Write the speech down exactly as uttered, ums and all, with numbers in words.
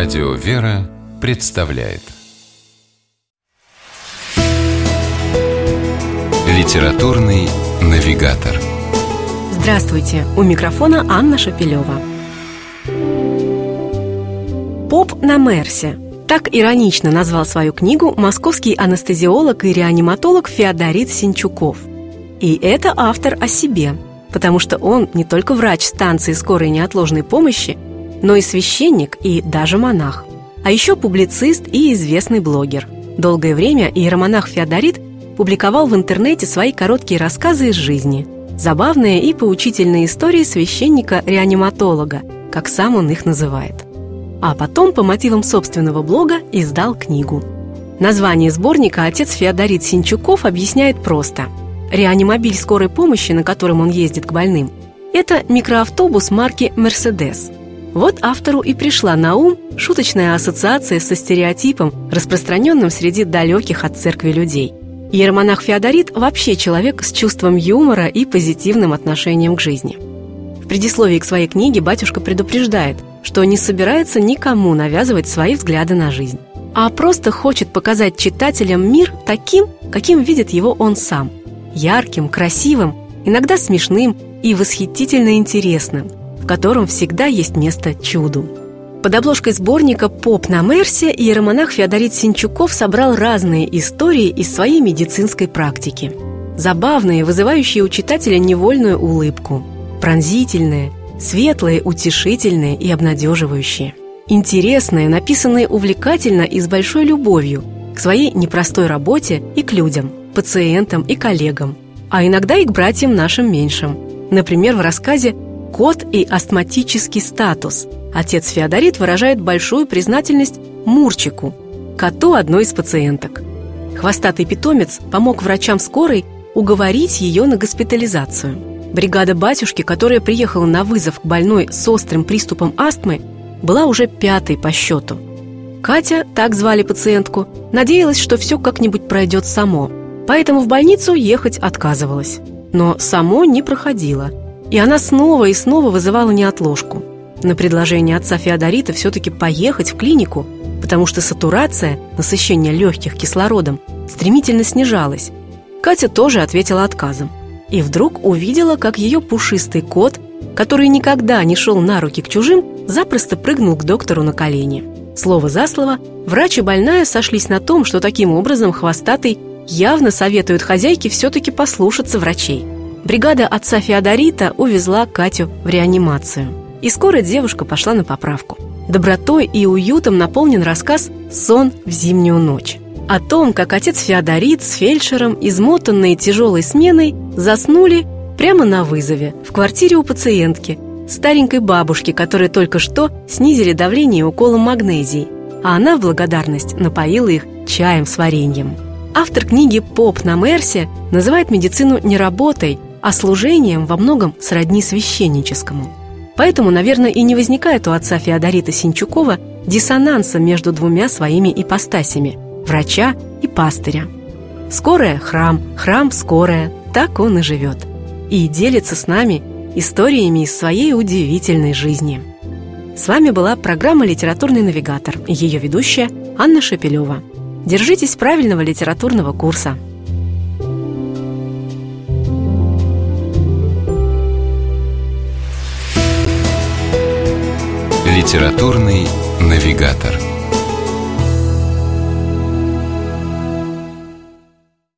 Радио «Вера» представляет Литературный навигатор. Здравствуйте! У микрофона Анна Шапилева. «Поп на Мерсе» – так иронично назвал свою книгу московский анестезиолог и реаниматолог Феодорит Синчуков. И это автор о себе, потому что он не только врач станции скорой неотложной помощи, но и священник и даже монах. А еще публицист и известный блогер. Долгое время иеромонах Феодорит публиковал в интернете свои короткие рассказы из жизни, забавные и поучительные истории священника-реаниматолога, как сам он их называет. А потом, по мотивам собственного блога, издал книгу. Название сборника отец Феодорит Синчуков объясняет просто. Реанимобиль скорой помощи, на котором он ездит к больным, это микроавтобус марки «Мерседес». Вот автору и пришла на ум шуточная ассоциация со стереотипом, распространенным среди далеких от церкви людей. Иеромонах Феодорит вообще человек с чувством юмора и позитивным отношением к жизни. В предисловии к своей книге батюшка предупреждает, что не собирается никому навязывать свои взгляды на жизнь, а просто хочет показать читателям мир таким, каким видит его он сам. Ярким, красивым, иногда смешным и восхитительно интересным, в котором всегда есть место чуду. Под обложкой сборника «Поп на Мерсе» иеромонах Феодорит Синчуков собрал разные истории из своей медицинской практики. Забавные, вызывающие у читателя невольную улыбку. Пронзительные, светлые, утешительные и обнадеживающие. Интересные, написанные увлекательно и с большой любовью к своей непростой работе и к людям, пациентам и коллегам, а иногда и к братьям нашим меньшим. Например, в рассказе «Кот и астматический статус» отец Феодорит выражает большую признательность Мурчику, коту одной из пациенток. Хвостатый питомец помог врачам скорой уговорить ее на госпитализацию. Бригада батюшки, которая приехала на вызов к больной с острым приступом астмы, была уже пятой по счету. Катя, так звали пациентку, надеялась, что все как-нибудь пройдет само, поэтому в больницу ехать отказывалась. Но само не проходило, и она снова и снова вызывала неотложку. На предложение отца Феодорита все-таки поехать в клинику, потому что сатурация, насыщение легких кислородом, стремительно снижалась, Катя тоже ответила отказом. И вдруг увидела, как ее пушистый кот, который никогда не шел на руки к чужим, запросто прыгнул к доктору на колени. Слово за слово, врач и больная сошлись на том, что таким образом хвостатый явно советует хозяйке все-таки послушаться врачей. Бригада отца Феодорита увезла Катю в реанимацию. И скоро девушка пошла на поправку. Добротой и уютом наполнен рассказ «Сон в зимнюю ночь». О том, как отец Феодорит с фельдшером, измотанные тяжелой сменой, заснули прямо на вызове, в квартире у пациентки, старенькой бабушки, которой только что снизили давление уколом магнезии, а она в благодарность напоила их чаем с вареньем. Автор книги «Поп на Мерсе» называет медицину не работой, а служением, во многом сродни священническому. Поэтому, наверное, и не возникает у отца Феодорита Синчукова диссонанса между двумя своими ипостасями – врача и пастыря. Скорая – храм, храм – скорая, так он и живет. И делится с нами историями из своей удивительной жизни. С вами была программа «Литературный навигатор» и ее ведущая Анна Шапилева. Держитесь правильного литературного курса. Литературный навигатор.